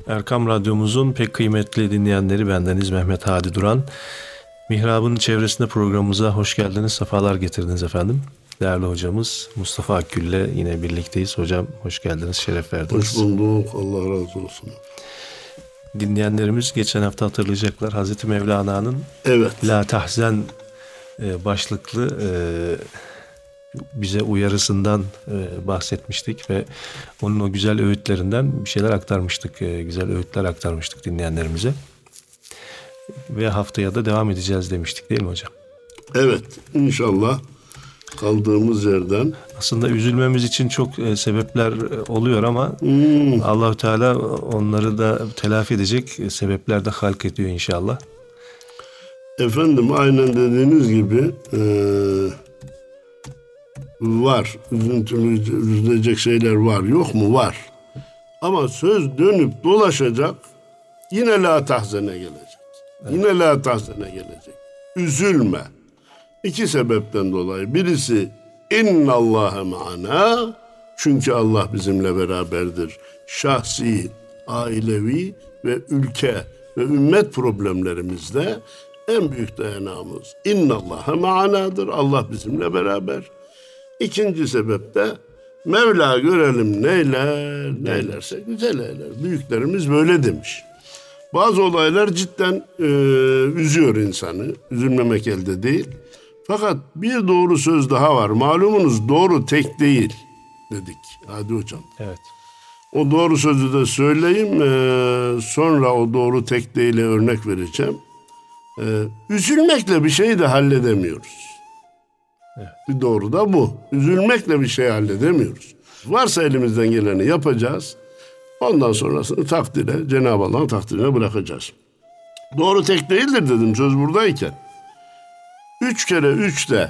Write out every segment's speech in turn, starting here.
Erkam Radyomuzun pek kıymetli dinleyenleri, bendeniz Mehmet Hadi Duran. Mihrab'ın çevresinde programımıza hoş geldiniz, sefalar getirdiniz efendim. Değerli hocamız Mustafa Akgül'le yine birlikteyiz. Hocam hoş geldiniz, şeref verdiniz. Hoş bulduk, Allah razı olsun. Dinleyenlerimiz geçen hafta hatırlayacaklar. Hazreti Mevlana'nın La Tahzen başlıklı bize uyarısından bahsetmiştik ve onun o güzel öğütlerinden bir şeyler aktarmıştık. Güzel öğütler aktarmıştık dinleyenlerimize. Ve haftaya da devam edeceğiz demiştik, değil mi hocam? Evet, inşallah kaldığımız yerden. Aslında üzülmemiz için çok sebepler oluyor ama Allah-u Teala onları da telafi edecek sebepler de halk ediyor inşallah. Efendim, aynen dediğiniz gibi var. Üzülecek şeyler var. Yok mu? Var. Ama söz dönüp dolaşacak, yine la tahzene gelecek. Evet. Yine la tahzene gelecek. Üzülme. İki sebepten dolayı. Birisi innallâhe ma'ana, çünkü Allah bizimle beraberdir. Şahsi, ailevi ve ülke ve ümmet problemlerimizde en büyük dayanağımız innallâhe ma'anadır. Allah bizimle beraber. İkinci sebep de Mevla görelim neylerse güzel eyler. Büyüklerimiz böyle demiş. Bazı olaylar cidden üzüyor insanı. Üzülmemek elde değil. Fakat bir doğru söz daha var. Malumunuz doğru tek değil dedik. Hadi hocam. Evet. O doğru sözü de söyleyeyim. Sonra o doğru tek değil'e örnek vereceğim. Üzülmekle bir şeyi de halledemiyoruz. Evet. Bir doğru da bu. Üzülmekle bir şey halledemiyoruz. Varsa elimizden geleni yapacağız. Ondan sonrasını takdire, Cenab-ı Allah'ın takdirine bırakacağız. Doğru tek değildir dedim söz buradayken. 3 kere 3 de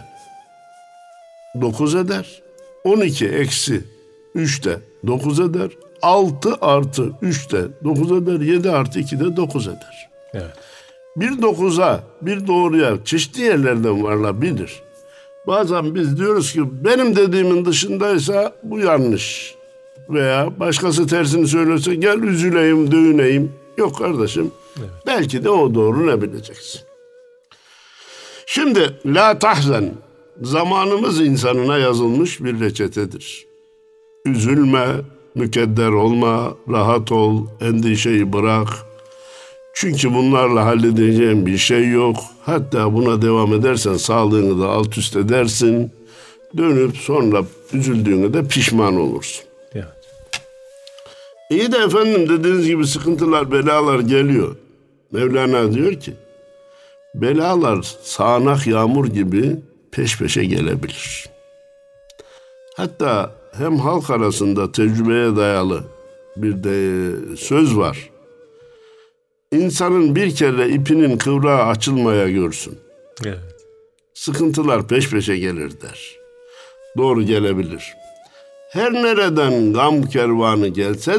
9 eder. 12 eksi 3 de 9 eder. 6 artı 3 de 9 eder. 7 artı 2 de 9 eder. Evet. Bir 9'a, bir doğruya çeşitli yerlerden varılabilir. Bazen biz diyoruz ki benim dediğimin dışındaysa bu yanlış. Veya başkası tersini söylüyorsa gel üzüleyim, dövüneyim. Yok kardeşim. Evet. Belki de o doğru, ne bileceksin. Şimdi la tahzen zamanımız insanına yazılmış bir reçetedir. Üzülme, mükedder olma, rahat ol, endişeyi bırak. Çünkü bunlarla halledeceğin bir şey yok. Hatta buna devam edersen sağlığını da alt üst edersin. Dönüp sonra üzüldüğünde de pişman olursun. Evet. İyi de efendim dediğiniz gibi sıkıntılar, belalar geliyor. Mevlana diyor ki belalar sağanak yağmur gibi peş peşe gelebilir. Hatta hem halk arasında tecrübeye dayalı bir de söz var. İnsanın bir kere ipinin kıvrağı açılmaya görsün. Evet. Sıkıntılar peş peşe gelir der. Doğru gelebilir. Her nereden gam kervanı gelse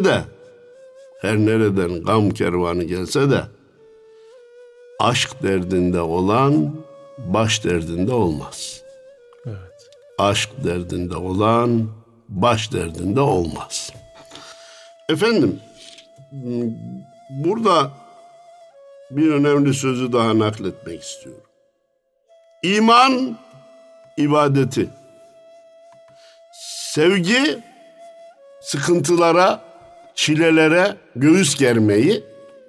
de aşk derdinde olan baş derdinde olmaz. Evet. Aşk derdinde olan baş derdinde olmaz. Efendim, burada bir önemli sözü daha nakletmek istiyorum. İman ibadeti. Sevgi sıkıntılara, çilelere göğüs germeyi,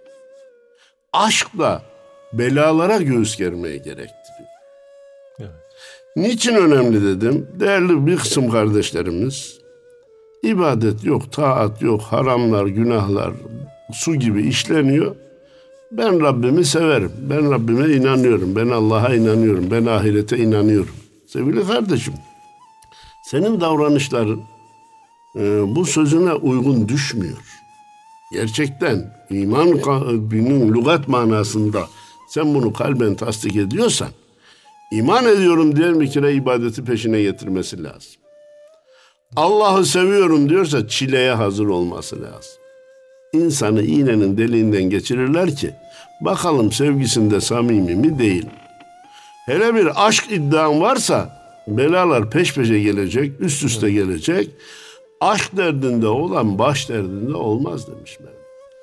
aşk da belalara göğüs germeyi gerektiriyor. Evet. Niçin önemli dedim? Değerli bir kısım kardeşlerimiz, ibadet yok, taat yok, haramlar, günahlar su gibi işleniyor. Ben Rabbimi severim, ben Rabbime inanıyorum, ben Allah'a inanıyorum, ben ahirete inanıyorum. Sevgili kardeşim, senin davranışların bu sözüne uygun düşmüyor. Gerçekten iman kalbinin lügat manasında sen bunu kalben tasdik ediyorsan, iman ediyorum diyen bir kere ibadeti peşine getirmesi lazım. Allah'ı seviyorum diyorsa çileye hazır olması lazım. İnsanı iğnenin deliğinden geçirirler ki bakalım sevgisinde samimi mi değil mi? Hele bir aşk iddian varsa belalar peş peşe gelecek, üst üste gelecek. Aşk derdinde olan baş derdinde olmaz demiş Mevla.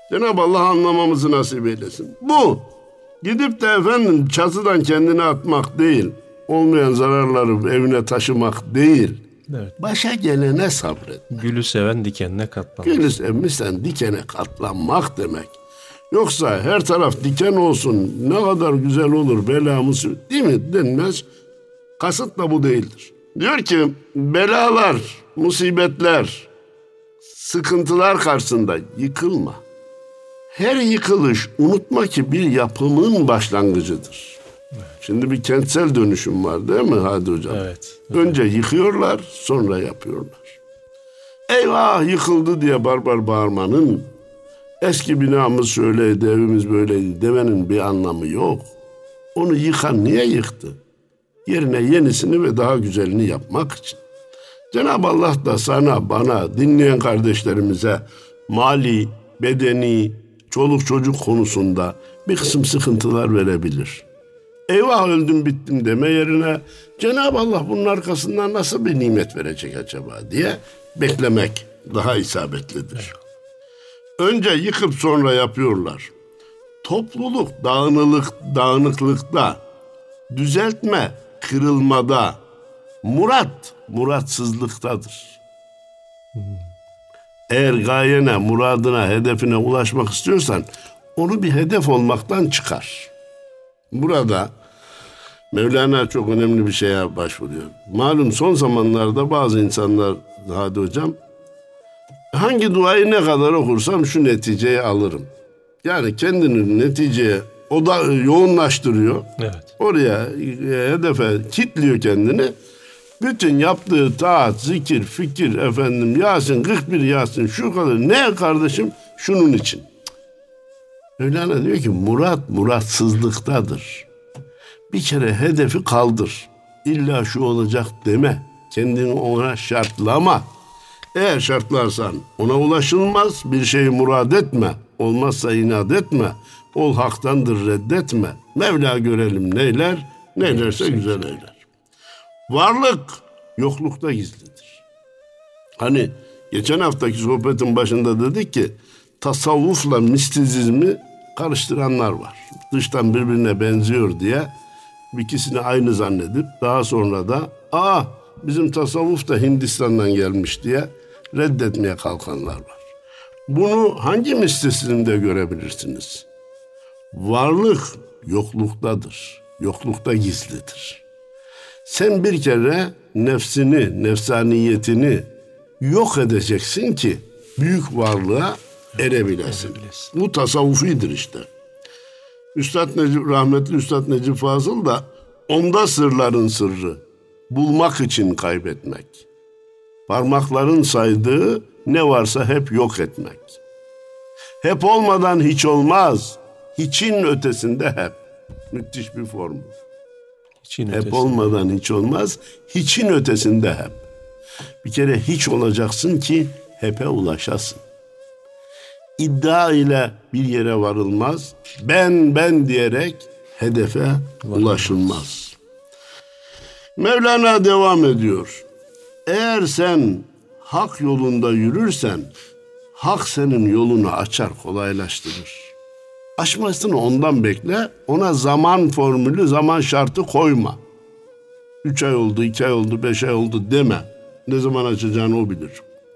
Cenab-ı Allah anlamamızı nasip eylesin. Bu gidip de efendim çatıdan kendini atmak değil, olmayan zararları evine taşımak değil. Evet. Başa gelene sabret. Gülü seven dikenine katlanır. Gülü sevmişsen dikene katlanmak demek. Yoksa her taraf diken olsun, ne kadar güzel olur belamız değil mi denmez. Kasıt da bu değildir. Diyor ki belalar, musibetler, sıkıntılar karşısında yıkılma. Her yıkılış unutma ki bir yapımın başlangıcıdır. Evet. Şimdi bir kentsel dönüşüm var değil mi Hadi Hocam? Evet. Önce yıkıyorlar, sonra yapıyorlar. Eyvah yıkıldı diye barbar bağırmanın, eski binamız şöyleydi, evimiz böyleydi demenin bir anlamı yok. Onu yıkan niye yıktı? Yerine yenisini ve daha güzelini yapmak için. Cenab-ı Allah da sana, bana, dinleyen kardeşlerimize mali, bedeni, çoluk çocuk konusunda bir kısım sıkıntılar verebilir. Eyvah öldüm bittim deme yerine Cenab-ı Allah bunun arkasından nasıl bir nimet verecek acaba diye beklemek daha isabetlidir. Önce yıkıp sonra yapıyorlar. Topluluk dağınıklıkta, düzeltme kırılmada, muratsızlıktadır. Eğer gayene, muradına, hedefine ulaşmak istiyorsan onu bir hedef olmaktan çıkar. Burada Mevlana çok önemli bir şeye başvuruyor. Malum son zamanlarda bazı insanlar Hadi Hocam, hangi duayı ne kadar okursam şu neticeyi alırım. Yani kendini neticeye yoğunlaştırıyor. Evet. Oraya hedefe kilitliyor kendini. Bütün yaptığı taat, zikir, fikir, Yasin, 41 Yasin, şu kadar. Ne kardeşim? Şunun için. Mevlana diyor ki muratsızlıktadır. Bir kere hedefi kaldır. İlla şu olacak deme. Kendini ona şartlama. Eğer şartlarsan ona ulaşılmaz. Bir şeyi murad etme. Olmazsa inat etme. Ol haktandır reddetme. Mevla görelim neyler, neylerse güzel eyler. Varlık yoklukta gizlidir. Hani geçen haftaki sohbetin başında dedik ki tasavvufla mistizmi karıştıranlar var. Dıştan birbirine benziyor diye ikisini aynı zannedip daha sonra da bizim tasavvuf da Hindistan'dan gelmiş diye reddetmeye kalkanlar var. Bunu hangi mistizmde görebilirsiniz? Varlık yokluktadır. Yoklukta gizlidir. Sen bir kere nefsini, nefsaniyetini yok edeceksin ki büyük varlığa erebilesin. Bu tasavvufidir işte. Rahmetli Üstad Necip Fazıl da onda sırların sırrı bulmak için kaybetmek. Parmakların saydığı ne varsa hep yok etmek. Hep olmadan hiç olmaz. Hiçin ötesinde hep. Müthiş bir formül. Hep olmadan hiç olmaz. Hiçin ötesinde hep. Bir kere hiç olacaksın ki hep'e ulaşasın. İddia ile bir yere varılmaz. Ben diyerek hedefe ulaşılmaz. Mevlana devam ediyor. Eğer sen hak yolunda yürürsen hak senin yolunu açar, kolaylaştırır. Açmasını ondan bekle. Ona zaman formülü, zaman şartı koyma. 3 ay oldu, 2 ay oldu, 5 ay oldu deme. Ne zaman açacağını o bilir.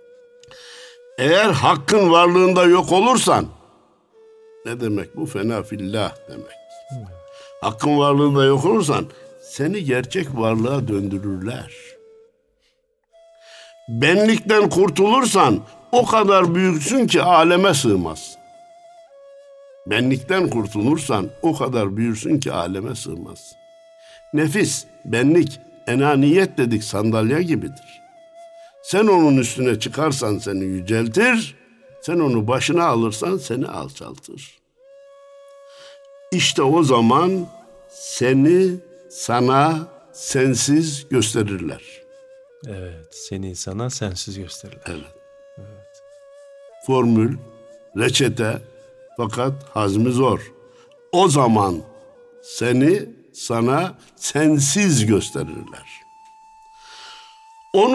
Eğer hakkın varlığında yok olursan, ne demek bu? Fena fillah demek. Hakkın varlığında yok olursan seni gerçek varlığa döndürürler. Benlikten kurtulursan o kadar büyüksün ki aleme sığmaz. Benlikten kurtulursan o kadar büyürsün ki aleme sığmaz. Nefis, benlik, enaniyet dedik sandalye gibidir. Sen onun üstüne çıkarsan seni yüceltir, sen onu başına alırsan seni alçaltır. İşte o zaman seni sana sensiz gösterirler. Evet, seni sana sensiz gösterirler. Evet. Formül, reçete, fakat hazmi zor. O zaman seni sana sensiz gösterirler.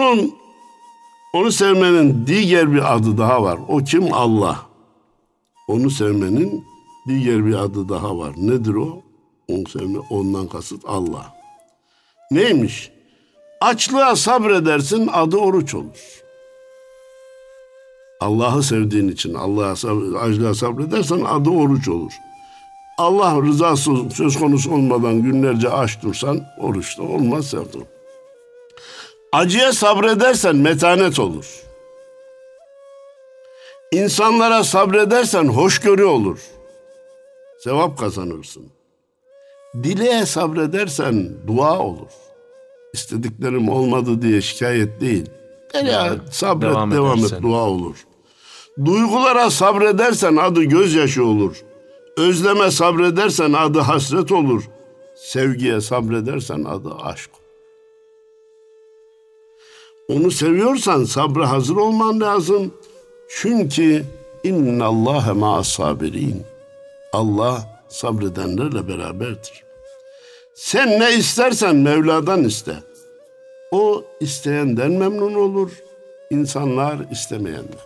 Onu sevmenin diğer bir adı daha var. O kim? Allah. Onu sevmenin diğer bir adı daha var. Nedir o? Onu sevme, ondan kasıt Allah. Neymiş? Açlığa sabredersin, adı oruç olur. Allah'ı sevdiğin için açlığa sabredersen adı oruç olur. Allah rızası söz konusu olmadan günlerce aç dursan oruç da olmaz sevdim. Acıya sabredersen metanet olur. İnsanlara sabredersen hoşgörü olur. Sevap kazanırsın. Dileğe sabredersen dua olur. İstediklerim olmadı diye şikayet değil. Ya sabret, devam et, dua olur. Duygulara sabredersen adı gözyaşı olur. Özleme sabredersen adı hasret olur. Sevgiye sabredersen adı aşk olur. Onu seviyorsan sabra hazır olman lazım. Çünkü innallâhe ma'as-sabirin. Allah sabredenlerle beraberdir. Sen ne istersen Mevla'dan iste. O isteyenden memnun olur. İnsanlar istemeyenden.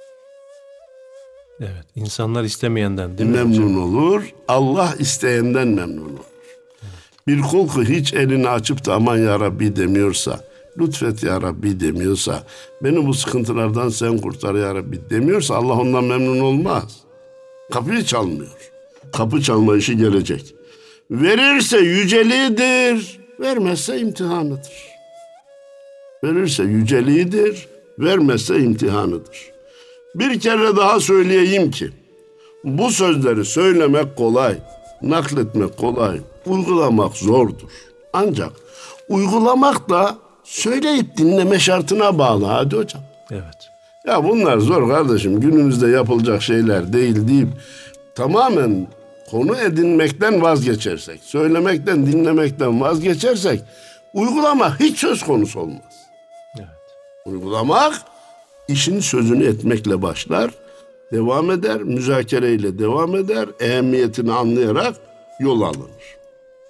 Evet, insanlar istemeyenden değil mi memnun olur. Allah isteyenden memnun olur. Bir kul ki hiç elini açıp da aman ya Rabbi demiyorsa, lütfet ya Rabbi demiyorsa, beni bu sıkıntılardan sen kurtar ya Rabbi demiyorsa Allah ondan memnun olmaz. Kapıyı çalmıyor. Kapı çalma işi gelecek. Verirse yüceliğidir, vermezse imtihanıdır. Verirse yüceliğidir, vermezse imtihanıdır. Bir kere daha söyleyeyim ki, bu sözleri söylemek kolay, nakletmek kolay, uygulamak zordur. Ancak uygulamak da söyleyip dinleme şartına bağlı. Hadi hocam. Evet. Ya bunlar zor kardeşim, günümüzde yapılacak şeyler değil deyip tamamen konu edinmekten vazgeçersek, söylemekten, dinlemekten vazgeçersek uygulamak hiç söz konusu olmaz. Evet. Uygulamak işin sözünü etmekle başlar, devam eder, müzakereyle devam eder, ehemmiyetini anlayarak yol alınır.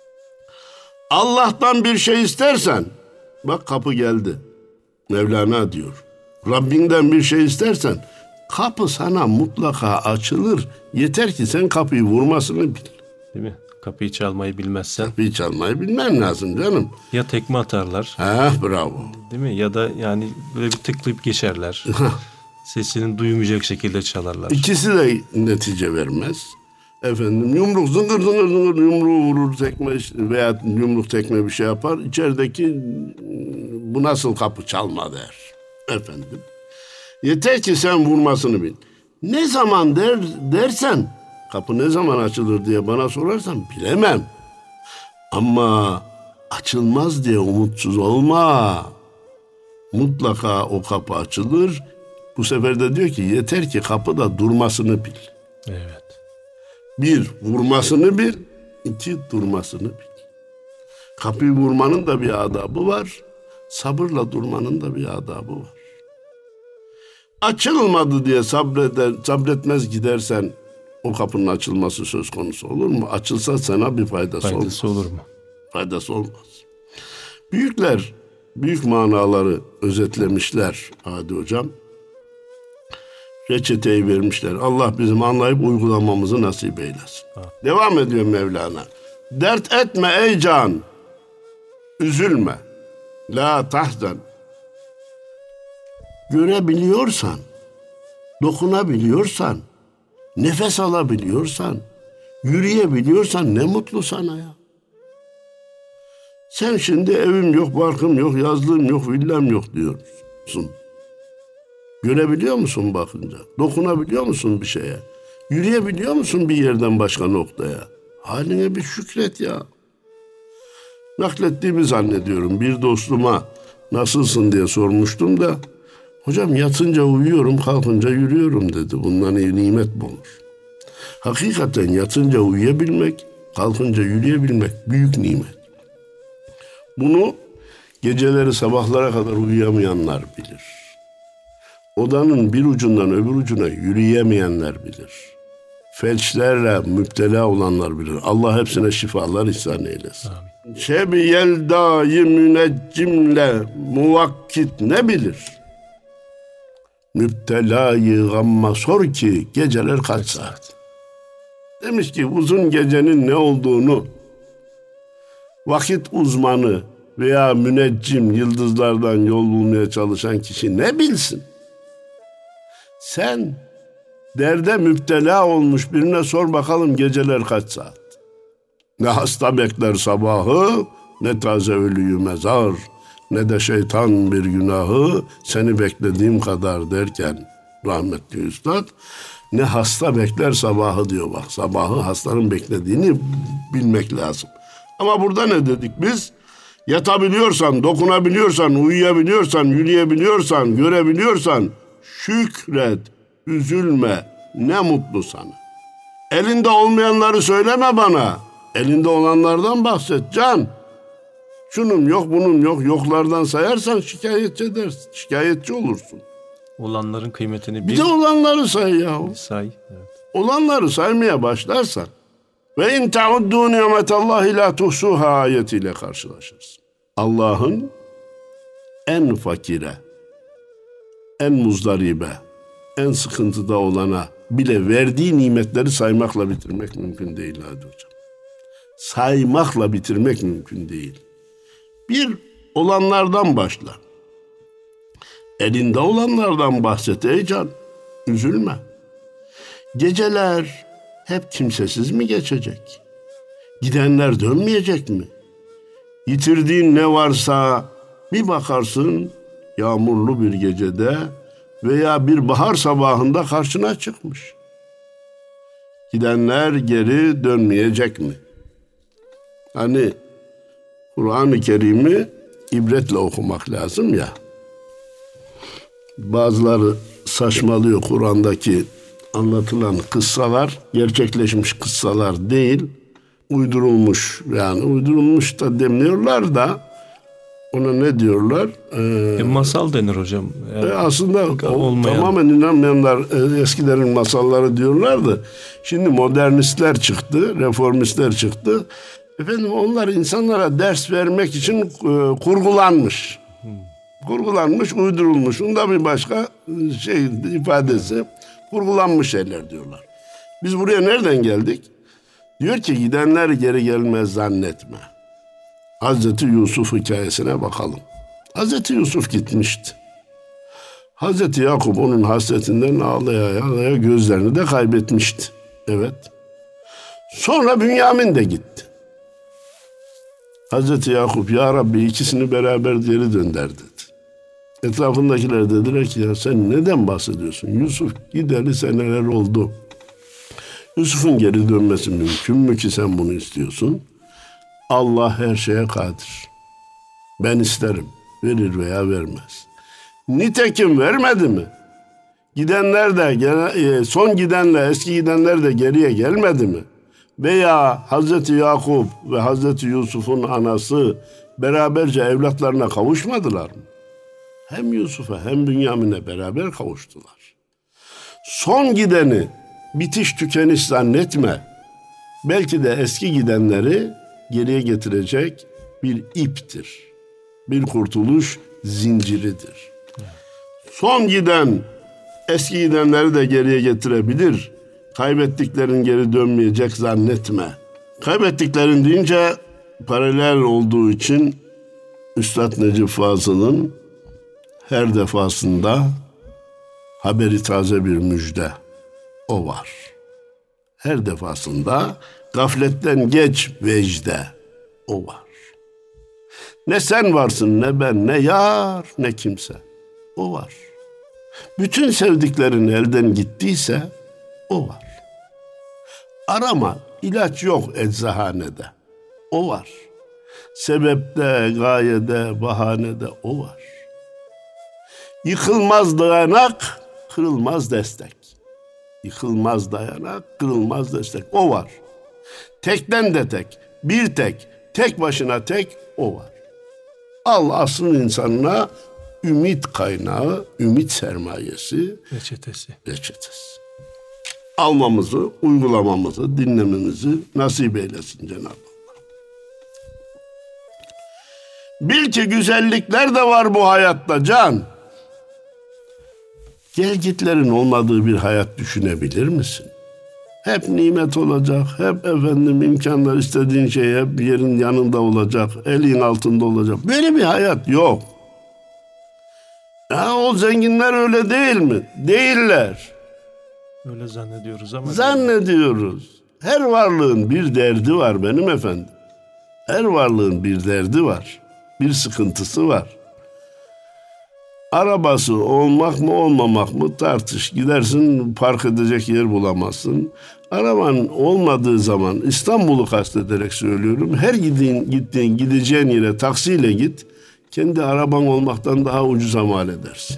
Allah'tan bir şey istersen, bak kapı geldi. Mevlana diyor. Rabbinden bir şey istersen, kapı sana mutlaka açılır. Yeter ki sen kapıyı vurmasını bil. Değil mi? Kapıyı çalmayı bilmezsen. Kapıyı çalmayı bilmen lazım canım. Ya tekme atarlar. Bravo. Değil mi? Ya da yani böyle bir tıklayıp geçerler. Sesinin duymayacak şekilde çalarlar. İkisi de netice vermez. Efendim yumruk zıngır zıngır zıngır yumruğu vurur tekme veya yumruk tekme bir şey yapar. İçerideki bu nasıl kapı çalma der. Efendim. Yeter ki sen vurmasını bil. Ne zaman dersen kapı ne zaman açılır diye bana sorarsan bilemem. Ama açılmaz diye umutsuz olma. Mutlaka o kapı açılır. Bu sefer de diyor ki yeter ki kapıda durmasını bil. Evet. 1. Vurmasını bil. 2. Durmasını bil. Kapıyı vurmanın da bir adabı var. Sabırla durmanın da bir adabı var. Açılmadı diye sabretmez gidersen o kapının açılması söz konusu olur mu? Açılsa sana bir faydası olmaz. Olur mu? Faydası olmaz. Büyükler büyük manaları özetlemişler Hadi Hocam. Reçeteyi vermişler. Allah bizim anlayıp uygulamamızı nasip eylesin. Devam ediyor Mevlana. Dert etme ey can. Üzülme. La tahzen. Görebiliyorsan, dokunabiliyorsan, nefes alabiliyorsan, yürüyebiliyorsan ne mutlu sana ya. Sen şimdi evim yok, barkım yok, yazlığım yok, villam yok diyorsun. Görebiliyor musun bakınca? Dokunabiliyor musun bir şeye? Yürüyebiliyor musun bir yerden başka noktaya? Haline bir şükret ya. Naklettiğimi zannediyorum. Bir dostuma nasılsın diye sormuştum da hocam yatınca uyuyorum, kalkınca yürüyorum dedi. Bundan iyi nimet mi olur? Hakikaten yatınca uyuyabilmek, kalkınca yürüyebilmek büyük nimet. Bunu geceleri sabahlara kadar uyuyamayanlar bilir. Odanın bir ucundan öbür ucuna yürüyemeyenler bilir. Felçlerle müptela olanlar bilir. Allah hepsine şifalar ihsan eylesin. Şebiyel dayi müneccimle muvakkit ne bilir? Müptelayı gamma sor ki geceler kaç saat? Demiş ki uzun gecenin ne olduğunu vakit uzmanı veya müneccim, yıldızlardan yol bulmaya çalışan kişi ne bilsin? Sen derde müptela olmuş birine sor bakalım geceler kaç saat? Ne hasta bekler sabahı, ne taze ölüyü mezar, ne de şeytan bir günahı seni beklediğim kadar derken rahmetli üstad, ne hasta bekler sabahı diyor bak. Sabahı hastanın beklediğini bilmek lazım. Ama burada ne dedik biz? Yatabiliyorsan, dokunabiliyorsan, uyuyabiliyorsan, yürüyebiliyorsan, görebiliyorsan şükret, üzülme, ne mutlu sana. Elinde olmayanları söyleme bana. Elinde olanlardan bahset can. Şunun yok, bunun yok. Yoklardan sayarsan şikayetçi edersin. Şikayetçi olursun. Olanların kıymetini Bir de olanları say yahu. say. Evet. Olanları saymaya başlarsan ve in ta'uddu nimetallahi la tuhsuha ayetiyle karşılaşırsın. Allah'ın en fakire, en muzdaribe, en sıkıntıda olana bile verdiği nimetleri saymakla bitirmek mümkün değil hadi hocam. Saymakla bitirmek mümkün değil. Bir, olanlardan başla. Elinde olanlardan bahset ey can. Üzülme. Geceler hep kimsesiz mi geçecek? Gidenler dönmeyecek mi? Yitirdiğin ne varsa bir bakarsın yağmurlu bir gecede veya bir bahar sabahında karşına çıkmış. Gidenler geri dönmeyecek mi? Hani Kur'an-ı Kerim'i ibretle okumak lazım ya. Bazıları saçmalıyor, Kur'an'daki anlatılan kıssalar gerçekleşmiş kıssalar değil, uydurulmuş, yani uydurulmuş da demiyorlar da ona ne diyorlar? Masal denir hocam. Yani aslında tamamen inanmayanlar eskilerin masalları diyorlardı. Şimdi modernistler çıktı, reformistler çıktı. Efendim onlar insanlara ders vermek için kurgulanmış. Kurgulanmış, uydurulmuş. Bunda bir başka şey ifadesi kurgulanmış şeyler diyorlar. Biz buraya nereden geldik? Diyor ki gidenler geri gelmez zannetme. Hazreti Yusuf hikayesine bakalım. Hazreti Yusuf gitmişti. Hazreti Yakup onun hasretinden ağlaya ağlaya gözlerini de kaybetmişti. Evet. Sonra Bünyamin de gitti. Hazreti Yakup ya Rabbi ikisini beraber geri dönder dedi. Etrafındakiler dediler ki ya sen neden bahsediyorsun? Yusuf gideli seneler oldu. Yusuf'un geri dönmesi mümkün mü ki sen bunu istiyorsun? Allah her şeye kadir. Ben isterim. Verir veya vermez. Nitekim vermedi mi? Gidenler de son gidenle eski gidenler de geriye gelmedi mi? Veya Hazreti Yakup ve Hazreti Yusuf'un anası beraberce evlatlarına kavuşmadılar mı? Hem Yusuf'a hem Bünyamin'e beraber kavuştular. Son gideni bitiş tükeniş zannetme. Belki de eski gidenleri geriye getirecek bir iptir. Bir kurtuluş zinciridir. Son giden eski gidenleri de geriye getirebilir. Kaybettiklerin geri dönmeyecek zannetme. Kaybettiklerin deyince paralel olduğu için Üstad Necip Fazıl'ın her defasında haberi taze bir müjde o var. Her defasında gafletten geç vecde o var. Ne sen varsın ne ben ne yar ne kimse o var. Bütün sevdiklerin elden gittiyse o var. Arama, ilaç yok eczahanede. O var. Sebepte, gayede, bahanede o var. Yıkılmaz dayanak, kırılmaz destek. Yıkılmaz dayanak, kırılmaz destek. O var. Tekten de tek, bir tek, tek başına tek o var. Al asrın insanına ümit kaynağı, ümit sermayesi, reçetesi. Almamızı, uygulamamızı, dinlememizi nasip eylesin Cenab-ı Allah. Bil ki güzellikler de var bu hayatta can. Gelgitlerin olmadığı bir hayat düşünebilir misin? Hep nimet olacak, hep efendim imkanlar, istediğin şey hep yerin yanında olacak, elin altında olacak. Böyle bir hayat yok. Ya o zenginler öyle değil mi? Değiller. Öyle zannediyoruz ama. Zannediyoruz. Her varlığın bir derdi var benim efendim. Her varlığın bir derdi var. Bir sıkıntısı var. Arabası olmak mı olmamak mı tartış. Gidersin park edecek yer bulamazsın. Araban olmadığı zaman İstanbul'u kastederek söylüyorum. Her gideceğin yere taksiyle git. Kendi araban olmaktan daha ucuza mal edersin.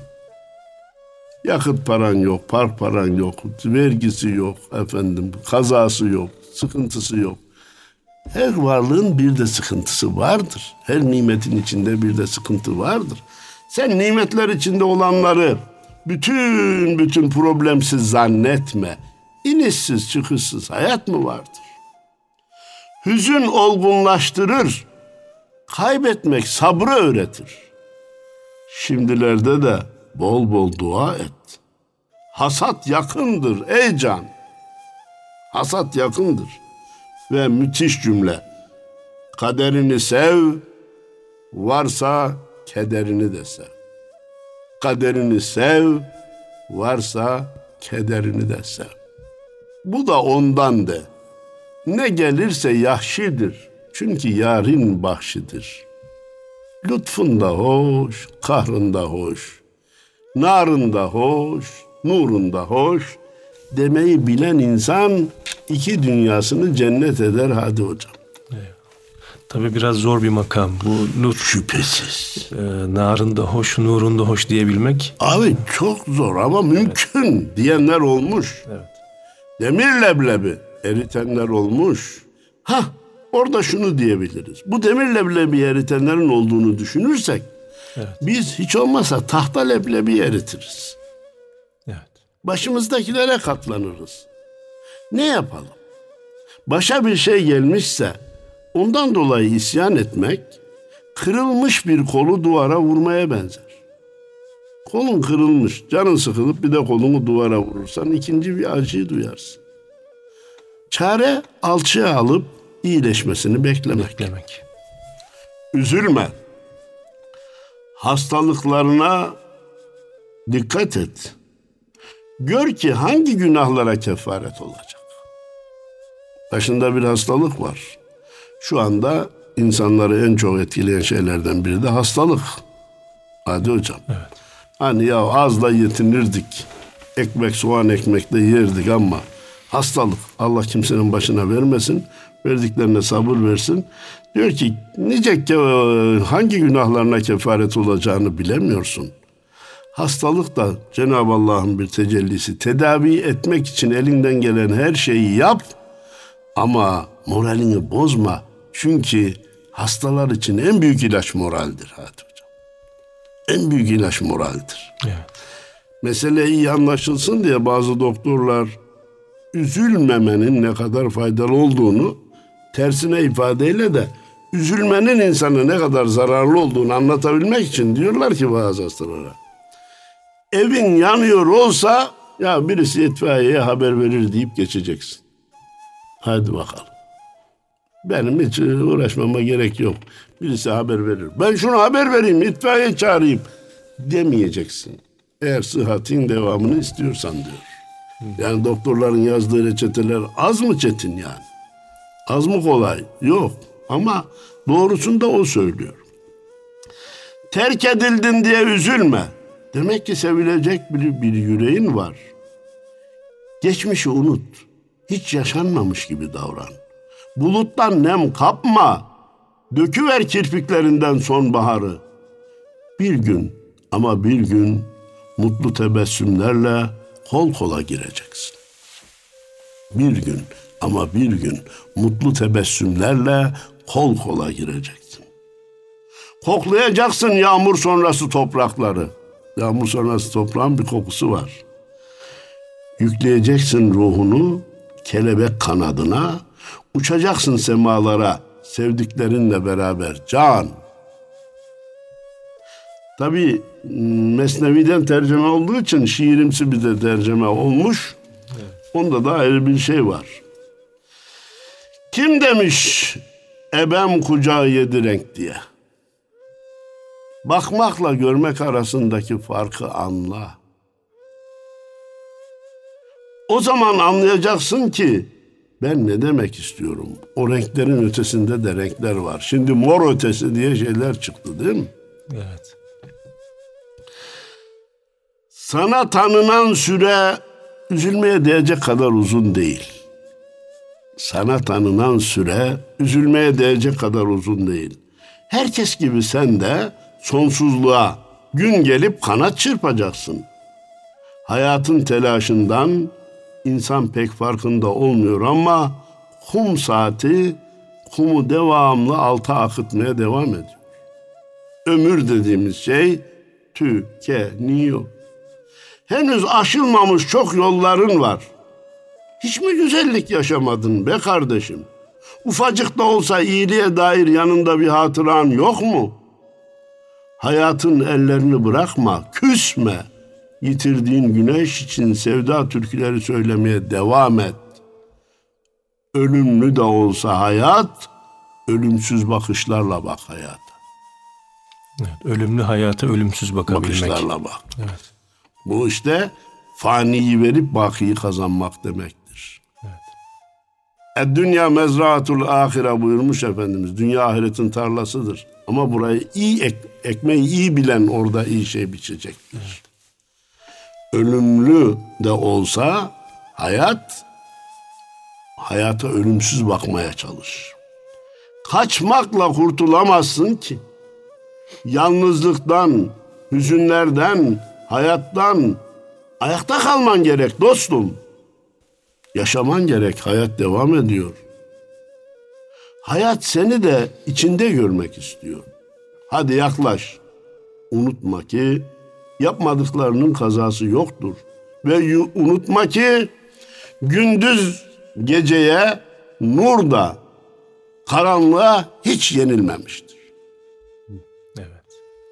Yakıt paran yok, park paran yok, vergisi yok, efendim, kazası yok, sıkıntısı yok. Her varlığın bir de sıkıntısı vardır. Her nimetin içinde bir de sıkıntı vardır. Sen nimetler içinde olanları bütün problemsiz zannetme. İnişsiz çıkışsız hayat mı vardır? Hüzün olgunlaştırır. Kaybetmek sabrı öğretir. Şimdilerde de bol bol dua et. Hasat yakındır ey can. Hasat yakındır. Ve müthiş cümle. Kaderini sev, varsa kederini de sev. Kaderini sev, varsa kederini de sev. Bu da ondan de. Ne gelirse yahşidir. Çünkü yarın bahşidir. Lütfunda hoş, kahrında hoş. Narında hoş, nurunda hoş. Demeyi bilen insan iki dünyasını cennet eder hadi hocam. Tabii biraz zor bir makam bu nur. Şüphesiz. Narında hoş, nurunda hoş diyebilmek. Abi çok zor ama mümkün diyenler olmuş. Evet. Demir leblebi eritenler olmuş. Orada şunu diyebiliriz. Bu demir leblebi eritenlerin olduğunu düşünürsek biz hiç olmazsa tahta leblebi eritiriz. Evet. Başımızdakilere katlanırız. Ne yapalım? Başa bir şey gelmişse ondan dolayı isyan etmek kırılmış bir kolu duvara vurmaya benzer. Kolun kırılmış, canın sıkılıp bir de kolunu duvara vurursan ikinci bir acıyı duyarsın. Çare alçıya alıp iyileşmesini beklemek. Üzülme. Hastalıklarına dikkat et. Gör ki hangi günahlara kefaret olacak. Başında bir hastalık var. Şu anda insanları en çok etkileyen şeylerden biri de hastalık. Hadi hocam. Evet. Hani ya azla yetinirdik. Ekmek, soğan ekmekle yerdik ama hastalık. Allah kimsenin başına vermesin. Verdiklerine sabır versin. Diyor ki nice hangi günahlarına kefaret olacağını bilemiyorsun. Hastalık da Cenab-ı Allah'ın bir tecellisi. Tedavi etmek için elinden gelen her şeyi yap ama moralini bozma. Çünkü hastalar için en büyük ilaç moraldir hadi hocam. En büyük ilaç moraldir. Evet. Mesele iyi anlaşılsın diye bazı doktorlar üzülmemenin ne kadar faydalı olduğunu tersine ifadeyle de üzülmenin insana ne kadar zararlı olduğunu anlatabilmek için diyorlar ki bazı hastalara. Evin yanıyor olsa ya birisi itfaiyeye haber verir deyip geçeceksin. Hadi bakalım. Benim hiç uğraşmama gerek yok. Birisi haber verir. Ben şunu haber vereyim, itfaiye çağırayım demeyeceksin. Eğer sıhhatin devamını istiyorsan diyor. Yani doktorların yazdığı reçeteler az mı çetin yani? Az mı kolay? Yok. Ama doğrusunu da o söylüyor. Terk edildin diye üzülme. Demek ki sevilecek bir yüreğin var. Geçmişi unut. Hiç yaşanmamış gibi davran. Buluttan nem kapma. Döküver kirpiklerinden sonbaharı. Bir gün ama bir gün mutlu tebessümlerle kol kola gireceksin. Bir gün ama bir gün mutlu tebessümlerle kol kola gireceksin. Koklayacaksın yağmur sonrası toprakları. Yağmur sonrası toprağın bir kokusu var. Yükleyeceksin ruhunu kelebek kanadına, uçacaksın semalara sevdiklerinle beraber can. Tabii Mesnevi'den tercüme olduğu için şiirimsi bir de tercüme olmuş. Onda da ayrı bir şey var. Kim demiş ebem kucağı yedi renk diye? Bakmakla görmek arasındaki farkı anla. O zaman anlayacaksın ki ben ne demek istiyorum. O renklerin ötesinde de renkler var. Şimdi mor ötesi diye şeyler çıktı değil mi? Evet. Sana tanınan süre üzülmeye değecek kadar uzun değil. Sana tanınan süre üzülmeye değecek kadar uzun değil. Herkes gibi sen de sonsuzluğa gün gelip kanat çırpacaksın. Hayatın telaşından insan pek farkında olmuyor ama kum saati kumu devamlı alta akıtmaya devam ediyor. Ömür dediğimiz şey tükeniyor. Henüz aşılmamış çok yolların var. Hiç mi güzellik yaşamadın be kardeşim? Ufacık da olsa iyiliğe dair yanında bir hatıran yok mu? Hayatın ellerini bırakma, küsme. Yitirdiğin güneş için sevda türküleri söylemeye devam et. Ölümlü de olsa hayat, ölümsüz bakışlarla bak hayata. Evet, ölümlü hayata ölümsüz bakabilmek. Bakışlarla bak. Evet. Bu işte faniyi verip bakiyi kazanmak demektir. Evet. Dünya mezraatul ahire buyurmuş Efendimiz. Dünya ahiretin tarlasıdır. Ama burayı iyi ekmeği iyi bilen orada iyi şey biçecektir. Evet. Ölümlü de olsa hayata ölümsüz bakmaya çalış. Kaçmakla kurtulamazsın ki. Yalnızlıktan, hüzünlerden, hayattan ayakta kalman gerek dostum. Yaşaman gerek, hayat devam ediyor. Hayat seni de içinde görmek istiyor. Hadi yaklaş. Unutma ki yapmadıklarının kazası yoktur. Ve unutma ki gündüz geceye, nur da karanlığa hiç yenilmemiştir. Evet.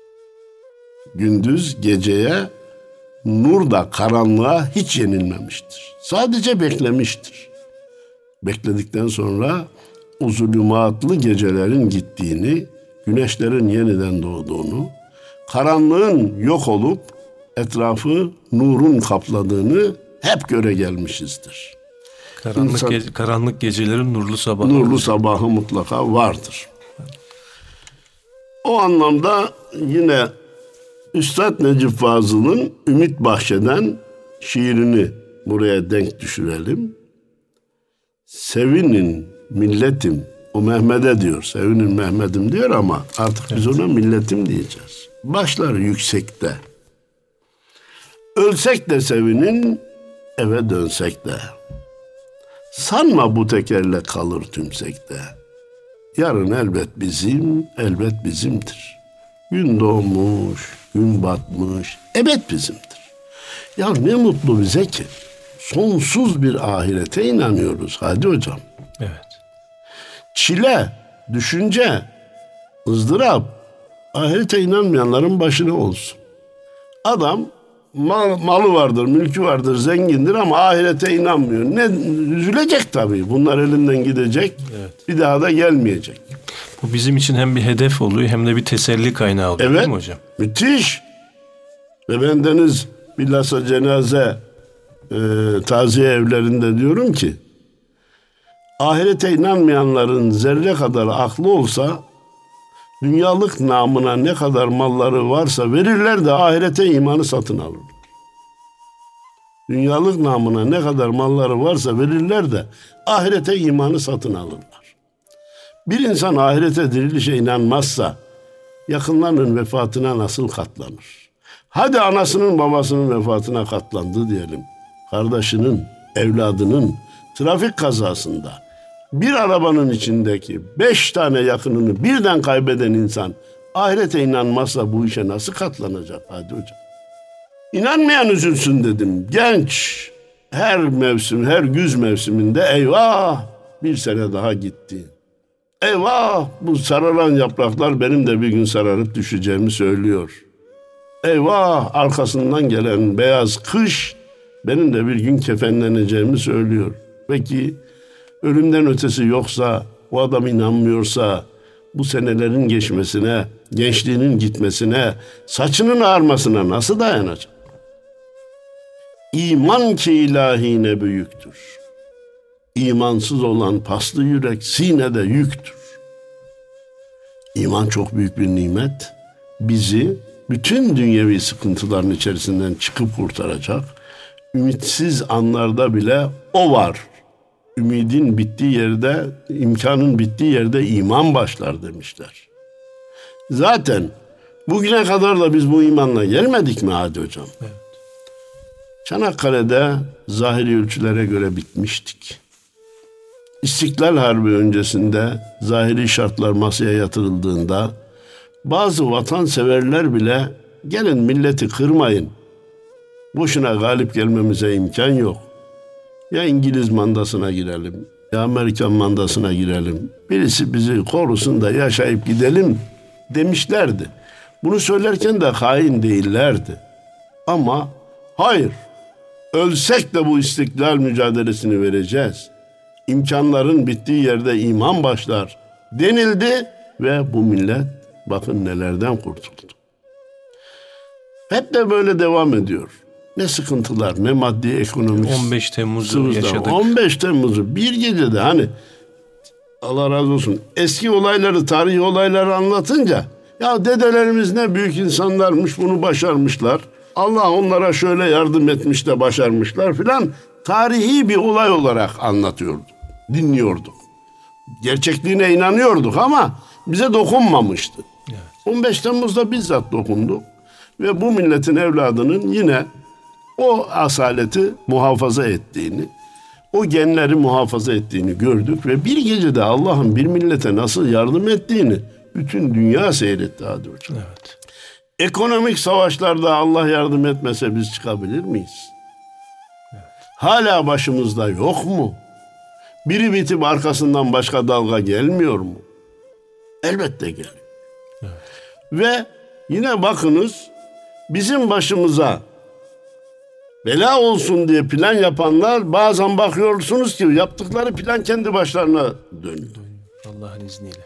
Gündüz geceye, nur da karanlığa hiç yenilmemiştir. Sadece beklemiştir. Bekledikten sonra o zulümatlı gecelerin gittiğini, güneşlerin yeniden doğduğunu, karanlığın yok olup etrafı nurun kapladığını hep göre gelmişizdir. Karanlık gecelerin nurlu sabahı. Nurlu sabahı mutlaka vardır. O anlamda yine Üstad Necip Fazıl'ın Ümit Bahçe'den şiirini buraya denk düşürelim. Sevinin milletim, o Mehmet'e diyor, sevinin Mehmet'im diyor ama artık biz ona milletim diyeceğiz. Başları yüksekte. Ölsek de sevinin, eve dönsek de. Sanma bu tekerle kalır tümsekte. Yarın elbet bizim, elbet bizimdir. Gün doğmuş, gün batmış, ebed bizimdir. Ya ne mutlu bize ki sonsuz bir ahirete inanıyoruz Hadi Hocam. Evet. Çile, düşünce, ızdırap ahirete inanmayanların başına olsun. Adam malı vardır, mülkü vardır, zengindir ama ahirete inanmıyor. Ne üzülecek tabii. Bunlar elinden gidecek. Evet. Bir daha da gelmeyecek. Bu bizim için hem bir hedef oluyor hem de bir teselli kaynağı oluyor, evet, değil mi hocam? Müthiş. Ve bendeniz bilhassa cenaze taziye evlerinde diyorum ki ahirete inanmayanların zerre kadar aklı olsa dünyalık namına ne kadar malları varsa verirler de ahirete imanı satın alırlar. Dünyalık namına ne kadar malları varsa verirler de ahirete imanı satın alırlar. Bir insan ahirete dirilişe inanmazsa yakınlarının vefatına nasıl katlanır? Hadi anasının babasının vefatına katlandı diyelim. Kardeşinin, evladının trafik kazasında bir arabanın içindeki 5 tane yakınını birden kaybeden insan ahirete inanmazsa bu işe nasıl katlanacak Hadi Hocam? İnanmayan üzülsün dedim. Genç her mevsim, her güz mevsiminde eyvah bir sene daha gitti. Eyvah bu sararan yapraklar benim de bir gün sararıp düşeceğimi söylüyor. eyvah, arkasından gelen beyaz kış benim de bir gün kefenleneceğimi söylüyor. Peki ölümden ötesi yoksa, o adam inanmıyorsa, bu senelerin geçmesine, gençliğinin gitmesine, saçının ağarmasına nasıl dayanacak? İman ki ilahine büyüktür. İmansız olan paslı yürek sinede yüktür. İman çok büyük bir nimet. Bizi bütün dünyevi sıkıntıların içerisinden çıkıp kurtaracak. Ümitsiz anlarda bile o var. Ümidin bittiği yerde, imkanın bittiği yerde iman başlar demişler. Zaten bugüne kadar da biz bu imanla gelmedik mi Hadi Hocam? Evet. Çanakkale'de zahiri ölçülere göre bitmiştik. İstiklal Harbi öncesinde zahiri şartlar masaya yatırıldığında bazı vatanseverler bile gelin milleti kırmayın, boşuna galip gelmemize imkan yok. Ya İngiliz mandasına girelim, ya Amerikan mandasına girelim, birisi bizi korusun da yaşayıp gidelim demişlerdi. Bunu söylerken de hain değillerdi. Ama hayır, ölsek de bu istiklal mücadelesini vereceğiz. İmkanların bittiği yerde iman başlar denildi ve bu millet bakın nelerden kurtuldu. Hep de böyle devam ediyor. Ne sıkıntılar, ne maddi ekonomik 15 Temmuz'u yaşadık. 15 Temmuz'u bir gecede, hani Allah razı olsun, eski olayları, tarihi olayları anlatınca ya dedelerimiz ne büyük insanlarmış, bunu başarmışlar. Allah onlara şöyle yardım etmiş de başarmışlar filan, tarihi bir olay olarak anlatıyorduk, dinliyorduk. Gerçekliğine inanıyorduk ama bize dokunmamıştı. Evet. 15 Temmuz'da bizzat dokunduk ve bu milletin evladının yine o asaleti muhafaza ettiğini, o genleri muhafaza ettiğini gördük ve bir gecede Allah'ın bir millete nasıl yardım ettiğini bütün dünya seyretti Hadi Hocam. Evet. Ekonomik savaşlarda Allah yardım etmese biz çıkabilir miyiz? Evet. Hala başımızda yok mu? Biri bitip arkasından başka dalga gelmiyor mu? Elbette geliyor. Evet. Ve yine bakınız, bizim başımıza bela olsun diye plan yapanlar, bazen bakıyorsunuz ki yaptıkları plan kendi başlarına dönüyor. Allah'ın izniyle.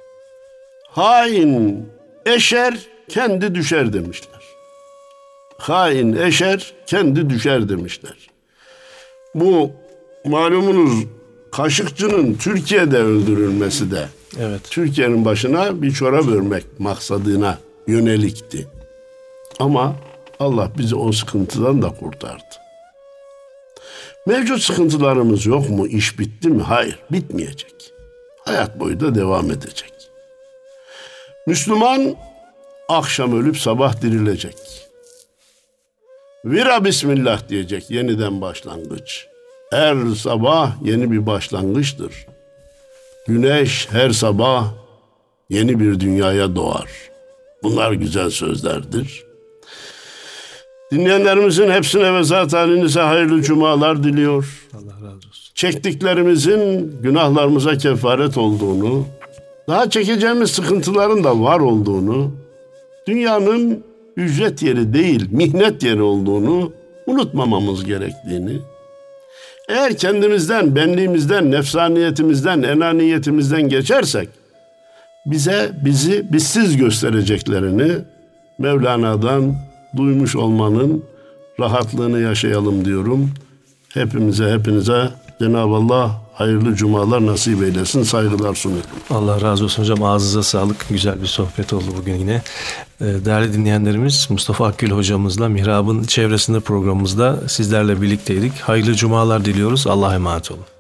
Hain eşer, kendi düşer demişler. Hain eşer, kendi düşer demişler. Bu malumunuz Kaşıkçı'nın Türkiye'de öldürülmesi de, evet, Türkiye'nin başına bir çorap örmek maksadına yönelikti. Ama Allah bizi o sıkıntıdan da kurtardı. Mevcut sıkıntılarımız yok mu? İş bitti mi? Hayır, bitmeyecek. Hayat boyu da devam edecek. Müslüman akşam ölüp sabah dirilecek. Vira bismillah diyecek, yeniden başlangıç. Her sabah yeni bir başlangıçtır. Güneş her sabah yeni bir dünyaya doğar. Bunlar güzel sözlerdir. Dinleyenlerimizin hepsine ve zat halinize hayırlı cumalar diliyor. Allah razı olsun. Çektiklerimizin günahlarımıza kefaret olduğunu, daha çekeceğimiz sıkıntıların da var olduğunu, dünyanın ücret yeri değil, mihnet yeri olduğunu unutmamamız gerektiğini, eğer kendimizden, benliğimizden, nefsaniyetimizden, enaniyetimizden geçersek, bizi bizsiz göstereceklerini Mevlana'dan duymuş olmanın rahatlığını yaşayalım diyorum. Hepinize Cenab-ı Allah hayırlı cumalar nasip eylesin. Saygılar sunuyorum. Allah razı olsun hocam. Ağzınıza sağlık. Güzel bir sohbet oldu bugün yine. Değerli dinleyenlerimiz, Mustafa Akgül hocamızla Mihrab'ın çevresinde programımızda sizlerle birlikteydik. Hayırlı cumalar diliyoruz. Allah'a emanet olun.